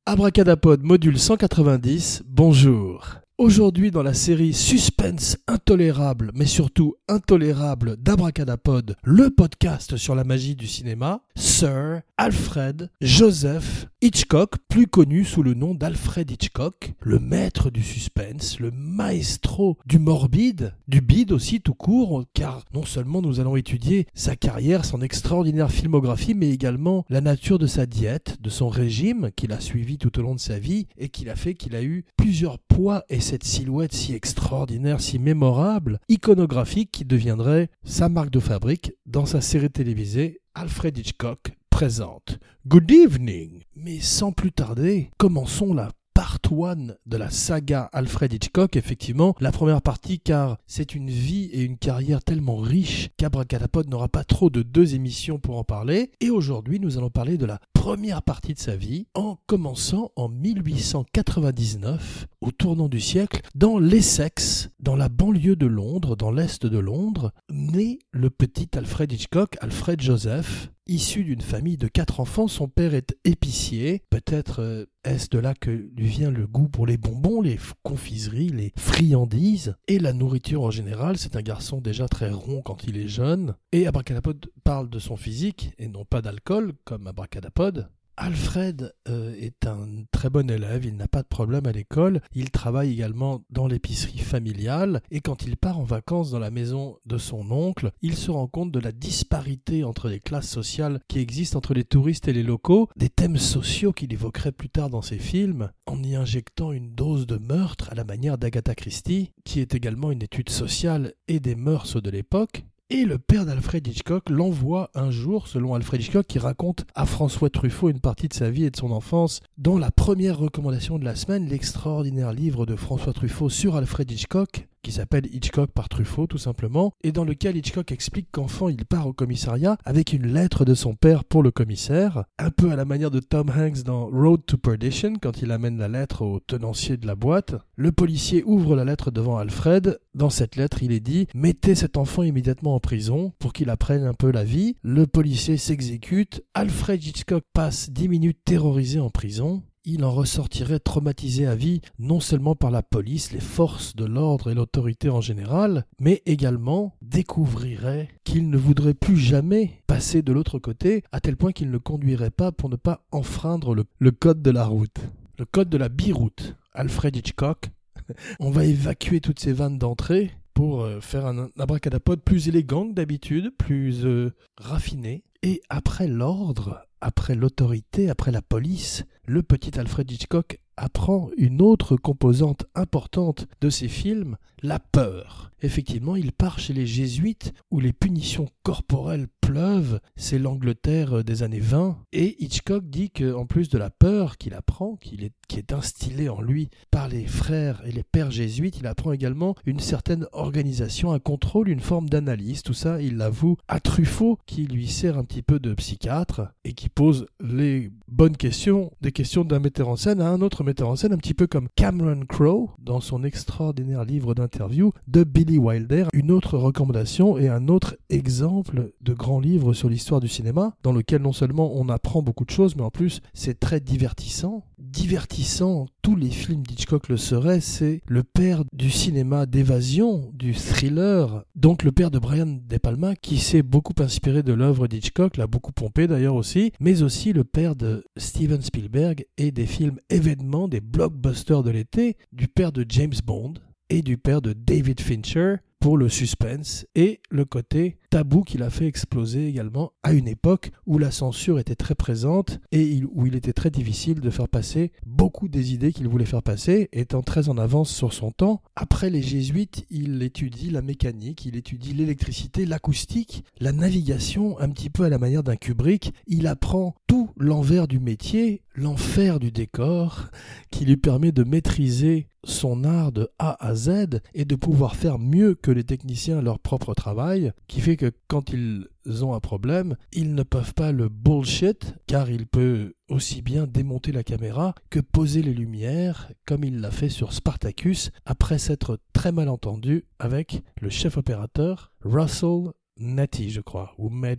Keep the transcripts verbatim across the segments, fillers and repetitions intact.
Abracadapod module cent quatre-vingt-dix, bonjour. Aujourd'hui dans la série Suspense intolérable, mais surtout intolérable d'Abracadapod, le podcast sur la magie du cinéma, Sir Alfred Joseph Hitchcock, plus connu sous le nom d'Alfred Hitchcock, le maître du suspense, le maestro du morbide, du bide aussi tout court, car non seulement nous allons étudier sa carrière, son extraordinaire filmographie, mais également la nature de sa diète, de son régime qu'il a suivi tout au long de sa vie et qui a fait qu'il a eu plusieurs poids et cette silhouette si extraordinaire, si mémorable, iconographique qui deviendrait sa marque de fabrique dans sa série télévisée Alfred Hitchcock présente Good Evening. Mais sans plus tarder, commençons la part un de la saga Alfred Hitchcock, effectivement, la première partie car c'est une vie et une carrière tellement riche qu'Abracadapod n'aura pas trop de deux émissions pour en parler. Et aujourd'hui, nous allons parler de la première partie de sa vie, en commençant en mille huit cent quatre-vingt-dix-neuf, au tournant du siècle, dans l'Essex, dans la banlieue de Londres, dans l'est de Londres, naît le petit Alfred Hitchcock, Alfred Joseph. Issu d'une famille de quatre enfants, son père est épicier. Peut-être euh, est-ce de là que lui vient le goût pour les bonbons, les confiseries, les friandises et la nourriture en général. C'est un garçon déjà très rond quand il est jeune. Et Abracadapod parle de son physique et non pas d'alcool, comme Abracadapod. Alfred euh, est un très bon élève, il n'a pas de problème à l'école, il travaille également dans l'épicerie familiale et quand il part en vacances dans la maison de son oncle, il se rend compte de la disparité entre les classes sociales qui existent entre les touristes et les locaux, des thèmes sociaux qu'il évoquerait plus tard dans ses films, en y injectant une dose de meurtre à la manière d'Agatha Christie, qui est également une étude sociale et des mœurs de l'époque. Et le père d'Alfred Hitchcock l'envoie un jour, selon Alfred Hitchcock, qui raconte à François Truffaut une partie de sa vie et de son enfance, dans la première recommandation de la semaine, l'extraordinaire livre de François Truffaut sur Alfred Hitchcock, qui s'appelle Hitchcock par Truffaut tout simplement, et dans lequel Hitchcock explique qu'enfant il part au commissariat avec une lettre de son père pour le commissaire, un peu à la manière de Tom Hanks dans Road to Perdition, quand il amène la lettre au tenancier de la boîte. Le policier ouvre la lettre devant Alfred. Dans cette lettre, il est dit « Mettez cet enfant immédiatement en prison pour qu'il apprenne un peu la vie ». Le policier s'exécute. Alfred Hitchcock passe dix minutes terrorisé en prison. Il en ressortirait traumatisé à vie, non seulement par la police, les forces de l'ordre et l'autorité en général, mais également découvrirait qu'il ne voudrait plus jamais passer de l'autre côté, à tel point qu'il ne conduirait pas pour ne pas enfreindre le, le code de la route, le code de la biroute. Alfred Hitchcock, on va évacuer toutes ces vannes d'entrée pour euh, faire un, un abracadapod plus élégant que d'habitude, plus euh, raffiné. Et après l'ordre, après l'autorité, après la police, le petit Alfred Hitchcock apprend une autre composante importante de ses films, la peur. Effectivement, il part chez les jésuites où les punitions corporelles pleuvent, c'est l'Angleterre des années vingt, et Hitchcock dit qu'en plus de la peur qu'il apprend, qu'il est, qui est instillée en lui par les frères et les pères jésuites, il apprend également une certaine organisation, un contrôle, une forme d'analyse. Tout ça, il l'avoue à Truffaut, qui lui sert un petit peu de psychiatre et qui pose les bonnes questions, des questions d'un metteur en scène à un autre metteur en scène, un petit peu comme Cameron Crowe dans son extraordinaire livre d'interview de Billy Wilder. Une autre recommandation et un autre exemple de grand livre sur l'histoire du cinéma, dans lequel non seulement on apprend beaucoup de choses, mais en plus c'est très divertissant. Divertissant, tous les films d'Hitchcock le seraient, c'est le père du cinéma d'évasion, du thriller, donc le père de Brian De Palma, qui s'est beaucoup inspiré de l'œuvre d'Hitchcock, l'a beaucoup pompé d'ailleurs aussi, mais aussi le père de Steven Spielberg et des films événements, des blockbusters de l'été, du père de James Bond et du père de David Fincher, pour le suspense et le côté tabou qu'il a fait exploser également à une époque où la censure était très présente et où il était très difficile de faire passer beaucoup des idées qu'il voulait faire passer, étant très en avance sur son temps. Après les jésuites, il étudie la mécanique, il étudie l'électricité, l'acoustique, la navigation, un petit peu à la manière d'un Kubrick. Il apprend tout l'envers du métier, l'enfer du décor, qui lui permet de maîtriser son art de A à Z et de pouvoir faire mieux que les techniciens leur propre travail, qui fait que quand ils ont un problème, ils ne peuvent pas le bullshit, car il peut aussi bien démonter la caméra que poser les lumières, comme il l'a fait sur Spartacus, après s'être très mal entendu avec le chef opérateur Russell Netty, je crois, ou Matty,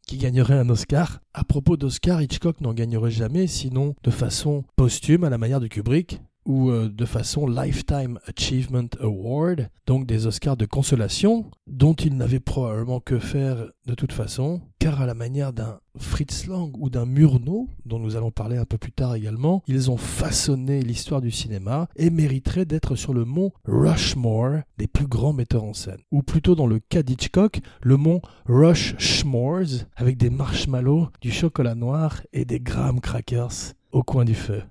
qui gagnerait un Oscar. À propos d'Oscar, Hitchcock n'en gagnerait jamais, sinon de façon posthume à la manière de Kubrick, ou euh, de façon Lifetime Achievement Award, donc des Oscars de consolation, dont il n'avait probablement que faire de toute façon, car à la manière d'un Fritz Lang ou d'un Murnau, dont nous allons parler un peu plus tard également, ils ont façonné l'histoire du cinéma et mériteraient d'être sur le mont Rushmore des plus grands metteurs en scène. Ou plutôt dans le cas d'Hitchcock, le mont Rushmores, avec des marshmallows, du chocolat noir et des graham crackers au coin du feu.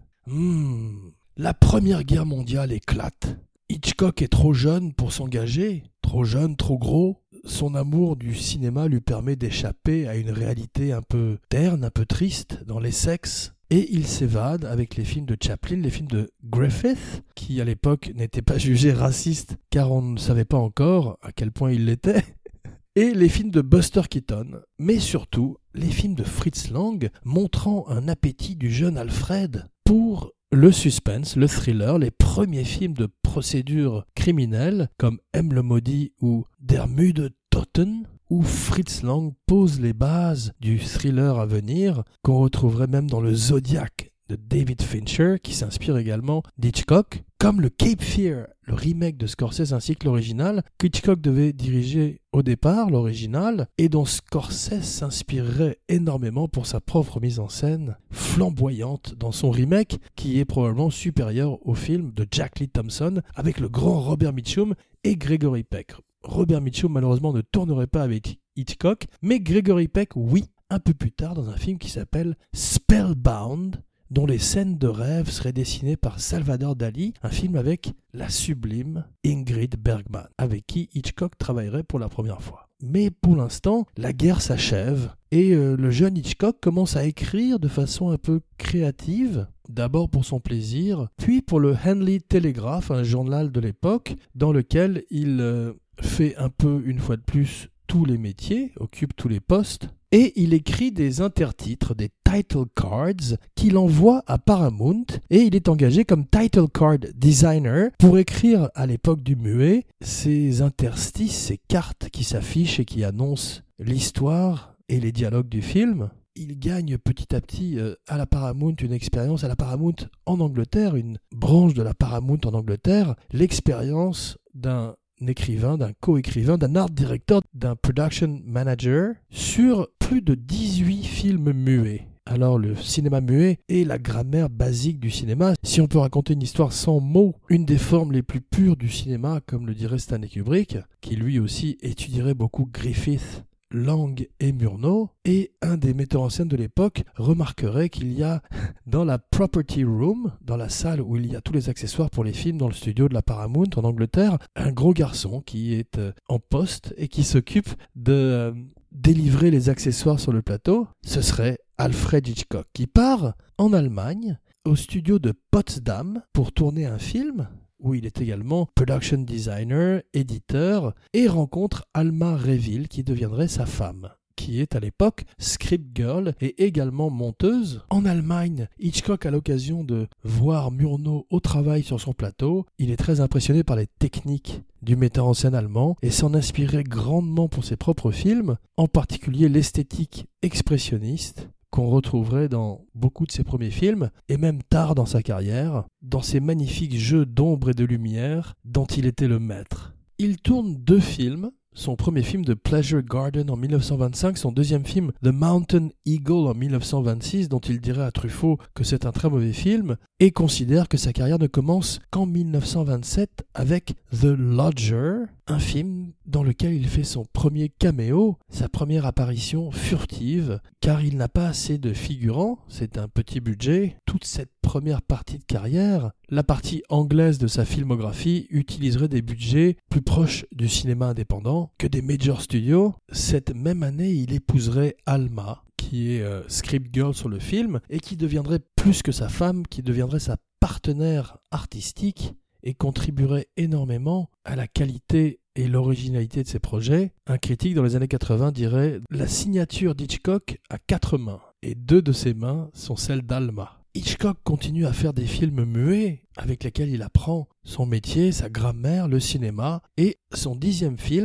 Mmh. La Première Guerre mondiale éclate. Hitchcock est trop jeune pour s'engager, trop jeune, trop gros. Son amour du cinéma lui permet d'échapper à une réalité un peu terne, un peu triste dans les sexes. Et il s'évade avec les films de Chaplin, les films de Griffith, qui à l'époque n'étaient pas jugés racistes car on ne savait pas encore à quel point il l'était. Et les films de Buster Keaton, mais surtout les films de Fritz Lang, montrant un appétit du jeune Alfred pour le suspense, le thriller, les premiers films de procédure criminelle comme M le maudit ou Der müde Toten, où Fritz Lang pose les bases du thriller à venir, qu'on retrouverait même dans le Zodiac de David Fincher, qui s'inspire également d'Hitchcock, comme le Cape Fear, le remake de Scorsese ainsi que l'original, qu'Hitchcock devait diriger au départ, l'original, et dont Scorsese s'inspirerait énormément pour sa propre mise en scène flamboyante dans son remake, qui est probablement supérieur au film de Jack Lee Thompson, avec le grand Robert Mitchum et Gregory Peck. Robert Mitchum malheureusement ne tournerait pas avec Hitchcock, mais Gregory Peck, oui, un peu plus tard dans un film qui s'appelle Spellbound, dont les scènes de rêve seraient dessinées par Salvador Dali, un film avec la sublime Ingrid Bergman, avec qui Hitchcock travaillerait pour la première fois. Mais pour l'instant, la guerre s'achève et euh, le jeune Hitchcock commence à écrire de façon un peu créative, d'abord pour son plaisir, puis pour le Henley Telegraph, un journal de l'époque, dans lequel il euh, fait un peu, une fois de plus, tous les métiers, occupe tous les postes, et il écrit des intertitres, des title cards, qu'il envoie à Paramount, et il est engagé comme title card designer pour écrire à l'époque du muet ces interstices, ces cartes qui s'affichent et qui annoncent l'histoire et les dialogues du film. Il gagne petit à petit euh, à la Paramount une expérience, à la Paramount en Angleterre, une branche de la Paramount en Angleterre, l'expérience d'un écrivain, d'un co-écrivain, d'un art director, d'un production manager sur plus de dix-huit films muets. Alors le cinéma muet est la grammaire basique du cinéma. Si on peut raconter une histoire sans mots, une des formes les plus pures du cinéma, comme le dirait Stanley Kubrick, qui lui aussi étudierait beaucoup Griffith, Lang et Murnau, et un des metteurs en scène de l'époque remarquerait qu'il y a dans la Property Room, dans la salle où il y a tous les accessoires pour les films dans le studio de la Paramount en Angleterre, un gros garçon qui est euh, en poste et qui s'occupe de euh, délivrer les accessoires sur le plateau. Ce serait Alfred Hitchcock qui part en Allemagne au studio de Potsdam pour tourner un film où il est également production designer, éditeur, et rencontre Alma Reville qui deviendrait sa femme, qui est à l'époque script girl et également monteuse. En Allemagne, Hitchcock a l'occasion de voir Murnau au travail sur son plateau. Il est très impressionné par les techniques du metteur en scène allemand et s'en inspirait grandement pour ses propres films, en particulier l'esthétique expressionniste qu'on retrouverait dans beaucoup de ses premiers films, et même tard dans sa carrière, dans ces magnifiques jeux d'ombre et de lumière dont il était le maître. Il tourne deux films, son premier film The Pleasure Garden en mille neuf cent vingt-cinq, son deuxième film The Mountain Eagle en mille neuf cent vingt-six, dont il dirait à Truffaut que c'est un très mauvais film, et considère que sa carrière ne commence qu'en mille neuf cent vingt-sept avec The Lodger, un film dans lequel il fait son premier caméo, sa première apparition furtive, car il n'a pas assez de figurants, c'est un petit budget. Toute cette première partie de carrière, la partie anglaise de sa filmographie utiliserait des budgets plus proches du cinéma indépendant que des major studios. Cette même année, il épouserait Alma, qui est euh, script girl sur le film, et qui deviendrait plus que sa femme, qui deviendrait sa partenaire artistique, et contribuerait énormément à la qualité et l'originalité de ses projets. Un critique dans les années quatre-vingts dirait « La signature d'Hitchcock a quatre mains, et deux de ses mains sont celles d'Alma ». Hitchcock continue à faire des films muets avec lesquels il apprend son métier, sa grammaire, le cinéma, et son dixième film,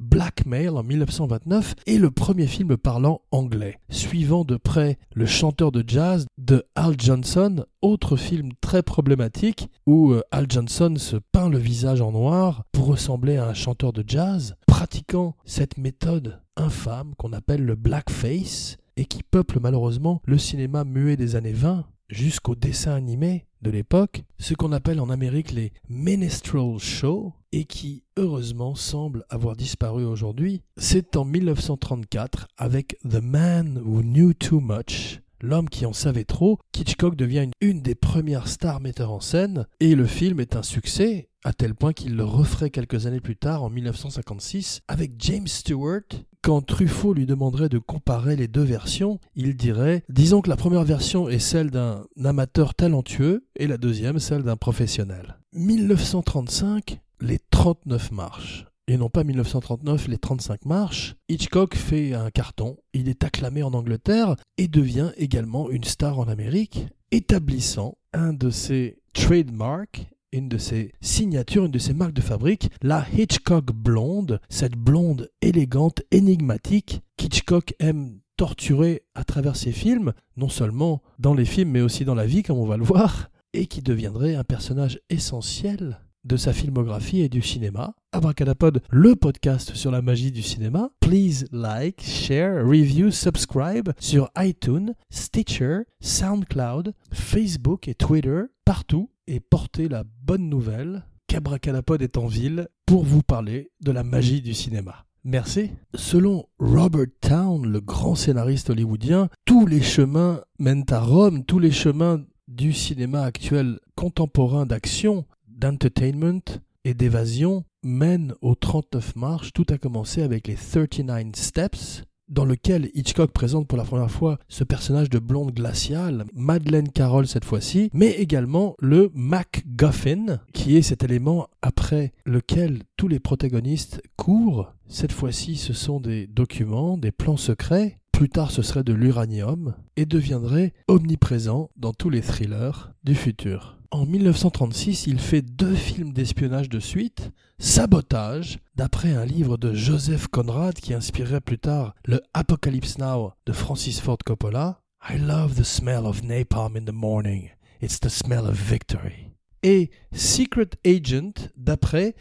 Blackmail en dix-neuf cent vingt-neuf est le premier film parlant anglais, suivant de près Le chanteur de jazz de Al Johnson, autre film très problématique où euh, Al Johnson se peint le visage en noir pour ressembler à un chanteur de jazz, pratiquant cette méthode infâme qu'on appelle le blackface et qui peuple malheureusement le cinéma muet des années vingt jusqu'au dessin animé de l'époque, ce qu'on appelle en Amérique les minstrel shows, et qui, heureusement, semble avoir disparu aujourd'hui. C'est en dix-neuf cent trente-quatre, avec The Man Who Knew Too Much, l'homme qui en savait trop, qu'Hitchcock devient une, une des premières stars metteurs en scène, et le film est un succès, à tel point qu'il le referait quelques années plus tard, en dix-neuf cent cinquante-six, avec James Stewart. Quand Truffaut lui demanderait de comparer les deux versions, il dirait « Disons que la première version est celle d'un amateur talentueux et la deuxième celle d'un professionnel. » dix-neuf cent trente-cinq, les trente-neuf marches. Et non pas dix-neuf cent trente-neuf, les trente-cinq marches. Hitchcock fait un carton, il est acclamé en Angleterre et devient également une star en Amérique, établissant un de ses trademarks, une de ses signatures, une de ses marques de fabrique, la Hitchcock blonde, cette blonde élégante, énigmatique, qu'Hitchcock aime torturer à travers ses films, non seulement dans les films mais aussi dans la vie comme on va le voir, et qui deviendrait un personnage essentiel de sa filmographie et du cinéma. Abracadapod, le podcast sur la magie du cinéma. Please like, share, review, subscribe sur iTunes, Stitcher, SoundCloud, Facebook et Twitter, partout, et portez la bonne nouvelle qu'Abracadapod est en ville pour vous parler de la magie du cinéma. Merci. Selon Robert Towne, le grand scénariste hollywoodien, tous les chemins mènent à Rome, tous les chemins du cinéma actuel contemporain d'action, d'entertainment et d'évasion mènent aux trente-neuf marches. Tout a commencé avec les trente-neuf Steps, dans lequel Hitchcock présente pour la première fois ce personnage de blonde glaciale, Madeleine Carroll cette fois-ci, mais également le MacGuffin, qui est cet élément après lequel tous les protagonistes courent. Cette fois-ci, ce sont des documents, des plans secrets. Plus tard, ce serait de l'uranium et deviendrait omniprésent dans tous les thrillers du futur. En dix-neuf cent trente-six, il fait deux films d'espionnage de suite, Sabotage, d'après un livre de Joseph Conrad qui inspirerait plus tard le Apocalypse Now de Francis Ford Coppola. I love the smell of napalm in the morning. It's the smell of victory. Et Secret Agent, d'après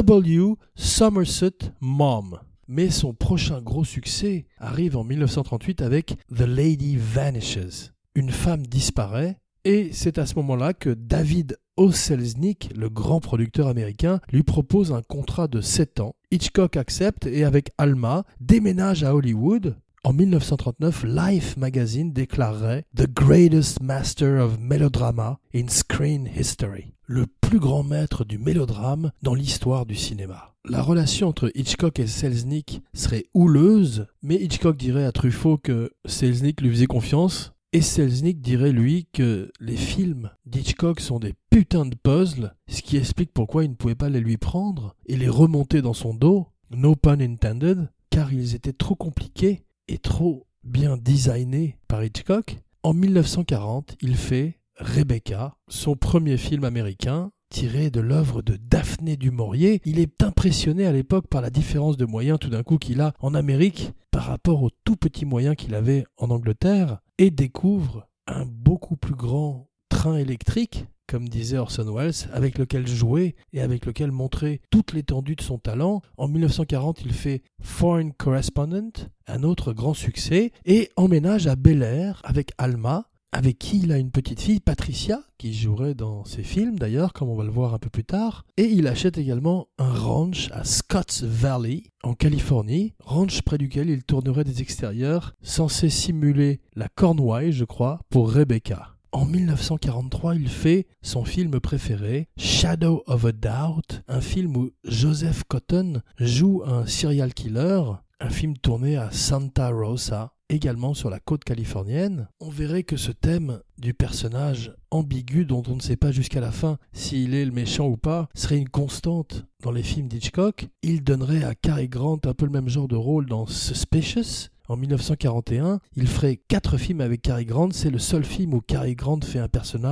W. Somerset Maugham. Mais son prochain gros succès arrive en dix-neuf cent trente-huit avec The Lady Vanishes. Une femme disparaît. Et c'est à ce moment-là que David O. Selznick, le grand producteur américain, lui propose un contrat de sept ans. Hitchcock accepte et avec Alma, déménage à Hollywood. En dix-neuf cent trente-neuf, Life magazine déclarerait « The greatest master of melodrama in screen history », le plus grand maître du mélodrame dans l'histoire du cinéma. La relation entre Hitchcock et Selznick serait houleuse, mais Hitchcock dirait à Truffaut que Selznick lui faisait confiance. Et Selznick dirait, lui, que les films d'Hitchcock sont des putains de puzzles, ce qui explique pourquoi il ne pouvait pas les lui prendre et les remonter dans son dos, no pun intended, car ils étaient trop compliqués et trop bien designés par Hitchcock. En dix-neuf cent quarante, il fait Rebecca, son premier film américain, tiré de l'œuvre de Daphné du Maurier. Il est impressionné à l'époque par la différence de moyens tout d'un coup qu'il a en Amérique par rapport aux tout petits moyens qu'il avait en Angleterre et découvre un beaucoup plus grand train électrique, comme disait Orson Welles, avec lequel jouer et avec lequel montrer toute l'étendue de son talent. En dix-neuf cent quarante, il fait Foreign Correspondent, un autre grand succès, et emménage à Bel Air avec Alma, avec qui il a une petite fille, Patricia, qui jouerait dans ses films d'ailleurs, comme on va le voir un peu plus tard. Et il achète également un ranch à Scotts Valley, en Californie, ranch près duquel il tournerait des extérieurs censés simuler la Cornouailles, je crois, pour Rebecca. En dix-neuf cent quarante-trois, il fait son film préféré, Shadow of a Doubt, un film où Joseph Cotton joue un serial killer, un film tourné à Santa Rosa, également sur la côte californienne. On verrait que ce thème du personnage ambigu dont on ne sait pas jusqu'à la fin s'il est le méchant ou pas serait une constante dans les films d'Hitchcock. Il donnerait à Cary Grant un peu le même genre de rôle dans Suspicious. En dix-neuf cent quarante et un, il ferait quatre films avec Cary Grant. C'est le seul film où Cary Grant fait un personnage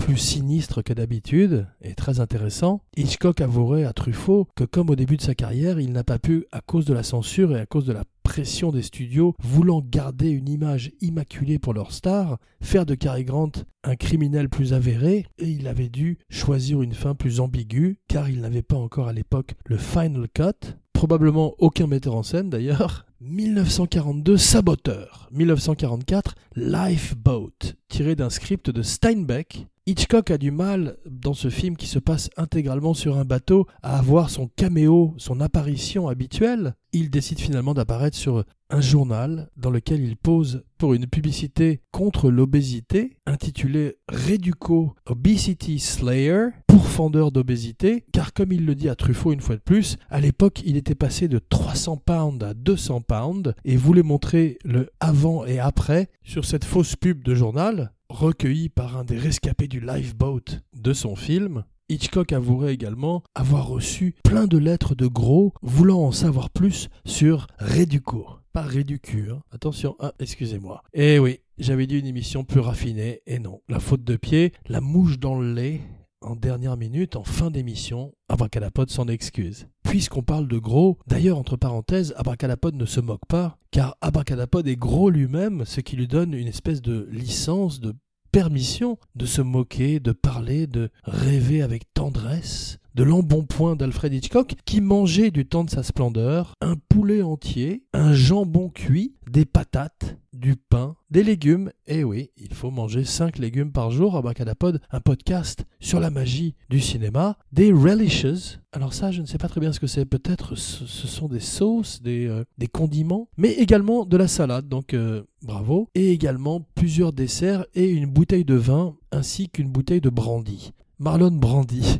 plus sinistre que d'habitude et très intéressant. Hitchcock avouerait à Truffaut que comme au début de sa carrière, il n'a pas pu, à cause de la censure et à cause de la pression des studios, voulant garder une image immaculée pour leur star, faire de Cary Grant un criminel plus avéré, et il avait dû choisir une fin plus ambiguë, car il n'avait pas encore à l'époque le Final Cut, probablement aucun metteur en scène d'ailleurs. dix-neuf cent quarante-deux, Saboteur. dix-neuf cent quarante-quatre, Lifeboat, tiré d'un script de Steinbeck. Hitchcock a du mal, dans ce film qui se passe intégralement sur un bateau, à avoir son caméo, son apparition habituelle. Il décide finalement d'apparaître sur un journal dans lequel il pose pour une publicité contre l'obésité, intitulée Reduco Obesity Slayer, pourfendeur d'obésité, car comme il le dit à Truffaut une fois de plus, à l'époque il était passé de trois cents pounds à deux cents pounds et voulait montrer le avant et après sur cette fausse pub de journal, recueilli par un des rescapés du Lifeboat de son film. Hitchcock avouerait également avoir reçu plein de lettres de gros voulant en savoir plus sur Reduco. Pas Réducu, hein. Attention, ah, excusez-moi. Eh oui, j'avais dit une émission plus raffinée, et non. La faute de pied, la mouche dans le lait, en dernière minute, en fin d'émission, Abracadapod s'en excuse. Puisqu'on parle de gros, d'ailleurs, entre parenthèses, Abracadapod ne se moque pas, car Abracadapod est gros lui-même, ce qui lui donne une espèce de licence, de permission de se moquer, de parler, de rêver avec tendresse de l'embonpoint d'Alfred Hitchcock qui mangeait du temps de sa splendeur un poulet entier, un jambon cuit, des patates, du pain, des légumes. Et oui, il faut manger cinq légumes par jour. Abracadapod, un podcast sur la magie du cinéma, des relishes. Alors ça, je ne sais pas très bien ce que c'est. Peut-être ce sont des sauces, des, euh, des condiments, mais également de la salade, donc euh, bravo. Et également plusieurs desserts et une bouteille de vin ainsi qu'une bouteille de brandy. Marlon Brandy.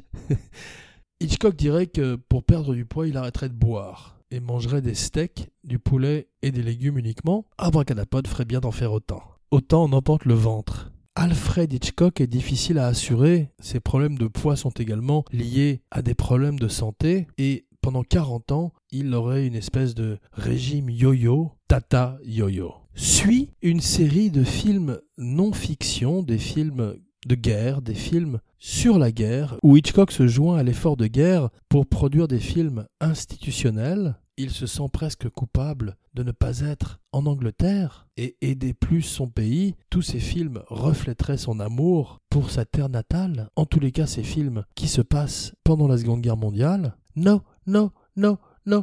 Hitchcock dirait que pour perdre du poids, il arrêterait de boire et mangerait des steaks, du poulet et des légumes uniquement. Abracadapod ferait bien d'en faire autant. Autant on emporte le ventre. Alfred Hitchcock est difficile à assurer. Ses problèmes de poids sont également liés à des problèmes de santé et pendant quarante ans, il aurait une espèce de régime yo-yo, tata yo-yo. Suit une série de films non-fiction, des films de guerre, des films sur la guerre, où Hitchcock se joint à l'effort de guerre pour produire des films institutionnels. Il se sent presque coupable de ne pas être en Angleterre et aider plus son pays. Tous ces films reflèteraient son amour pour sa terre natale. En tous les cas, ces films qui se passent pendant la Seconde Guerre mondiale. No, no, no, no,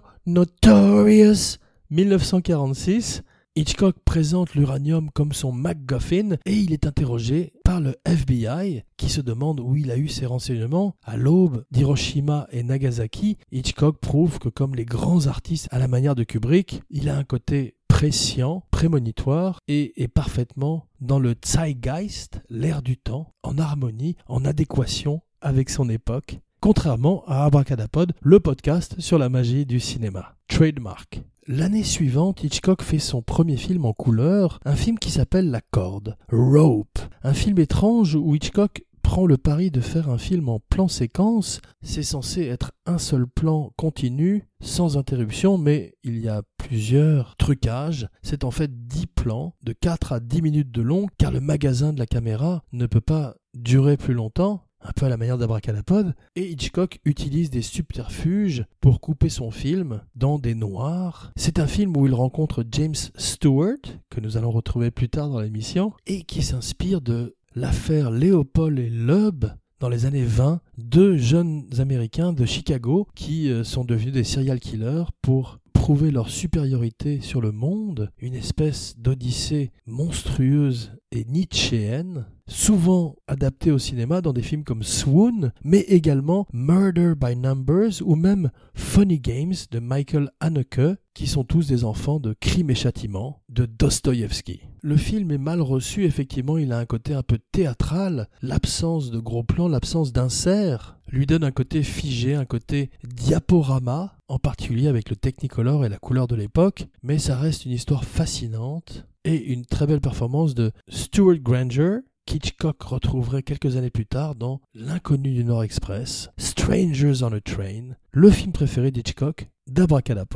Notorious dix-neuf cent quarante-six. Hitchcock présente l'uranium comme son MacGuffin et il est interrogé par le F B I qui se demande où il a eu ses renseignements. À l'aube d'Hiroshima et Nagasaki, Hitchcock prouve que comme les grands artistes à la manière de Kubrick, il a un côté prescient, prémonitoire et est parfaitement dans le Zeitgeist, l'air du temps, en harmonie, en adéquation avec son époque. Contrairement à Abracadapod, le podcast sur la magie du cinéma. Trademark. L'année suivante, Hitchcock fait son premier film en couleur, un film qui s'appelle La Corde, Rope, un film étrange où Hitchcock prend le pari de faire un film en plan séquence. C'est censé être un seul plan continu, sans interruption, mais il y a plusieurs trucages. C'est en fait dix plans de quatre à dix minutes de long, car le magasin de la caméra ne peut pas durer plus longtemps. Un peu à la manière d'Abracadapod, et Hitchcock utilise des subterfuges pour couper son film dans des noirs. C'est un film où il rencontre James Stewart, que nous allons retrouver plus tard dans l'émission, et qui s'inspire de l'affaire Leopold et Loeb dans les années vingt, deux jeunes Américains de Chicago qui sont devenus des serial killers pour prouver leur supériorité sur le monde, une espèce d'odyssée monstrueuse et nietzschéenne, souvent adaptée au cinéma dans des films comme Swoon, mais également Murder by Numbers ou même Funny Games de Michael Haneke, qui sont tous des enfants de Crime et Châtiment de Dostoïevski. Le film est mal reçu, effectivement, il a un côté un peu théâtral, l'absence de gros plans, l'absence d'inserts lui donne un côté figé, un côté diaporama, en particulier avec le Technicolor et la couleur de l'époque, mais ça reste une histoire fascinante et une très belle performance de Stuart Granger, qu'Hitchcock retrouverait quelques années plus tard dans L'Inconnu du Nord Express, Strangers on a Train, le film préféré d'Hitchcock d'Abracadapod.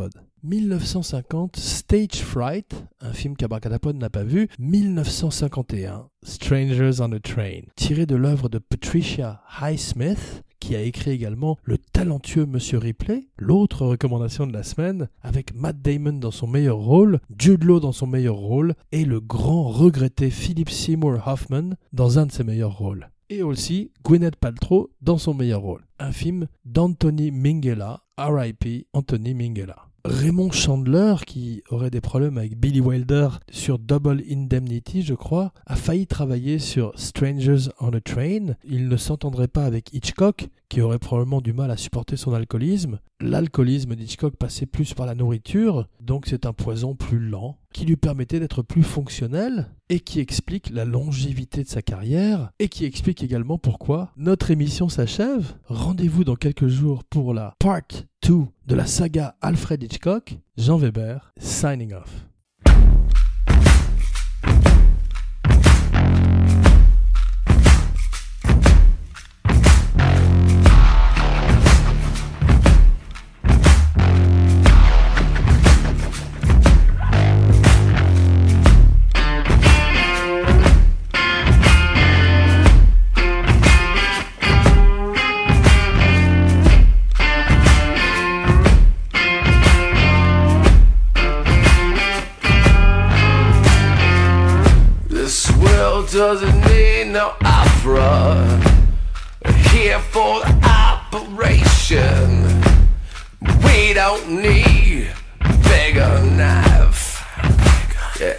dix-neuf cent cinquante, Stage Fright, un film qu'Abracadapod n'a pas vu. dix-neuf cent cinquante et un, Strangers on a Train, tiré de l'œuvre de Patricia Highsmith, qui a écrit également le talentueux Monsieur Ripley, l'autre recommandation de la semaine, avec Matt Damon dans son meilleur rôle, Jude Law dans son meilleur rôle, et le grand regretté Philip Seymour Hoffman dans un de ses meilleurs rôles. Et aussi Gwyneth Paltrow dans son meilleur rôle. Un film d'Anthony Minghella, R I P Anthony Minghella. Raymond Chandler, qui aurait des problèmes avec Billy Wilder sur Double Indemnity, je crois, a failli travailler sur Strangers on a Train. Il ne s'entendrait pas avec Hitchcock, qui aurait probablement du mal à supporter son alcoolisme. L'alcoolisme d'Hitchcock passait plus par la nourriture, donc c'est un poison plus lent, qui lui permettait d'être plus fonctionnel, et qui explique la longévité de sa carrière, et qui explique également pourquoi notre émission s'achève. Rendez-vous dans quelques jours pour la part deux de la saga Alfred Hitchcock. Jean Weber, signing off. Doesn't need no opera here for the operation. We don't need bigger knife. Yeah.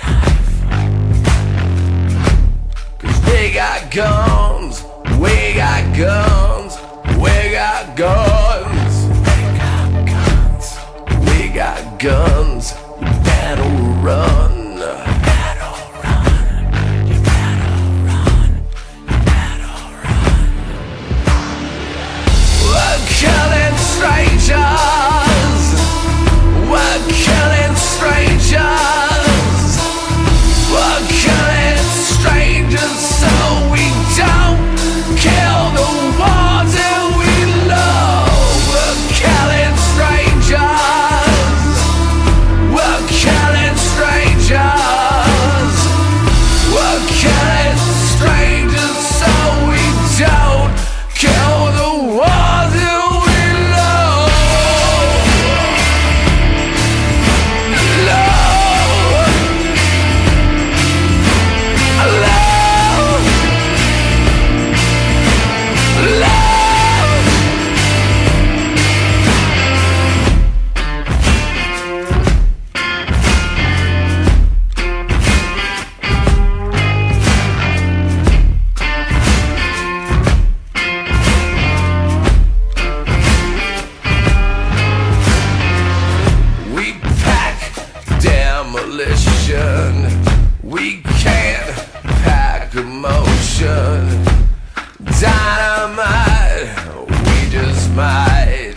Cause they got guns, we got guns, we got guns, we got guns, we got guns. You better run. Killing strangers, we're killing strangers, we're killing strangers so we don't kill the ones that we love. We're killing strangers, we're killing strangers, we're killing strangers so we don't kill the ones that we can't pack emotion. Dynamite, we just might.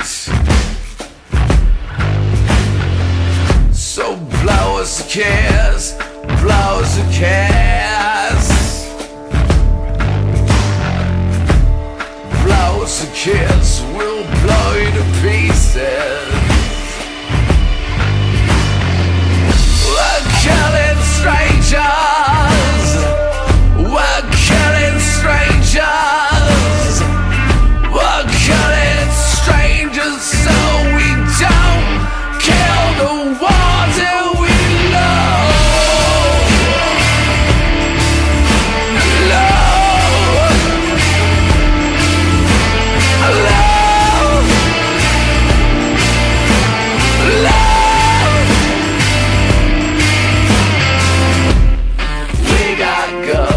So blow us a kiss, blow us a kiss, blow us a kiss, we'll blow you to pieces. We're killing strangers, we're killing strangers, we're killing strangers so we don't kill the ones that we love. Love, love, love. We got guns.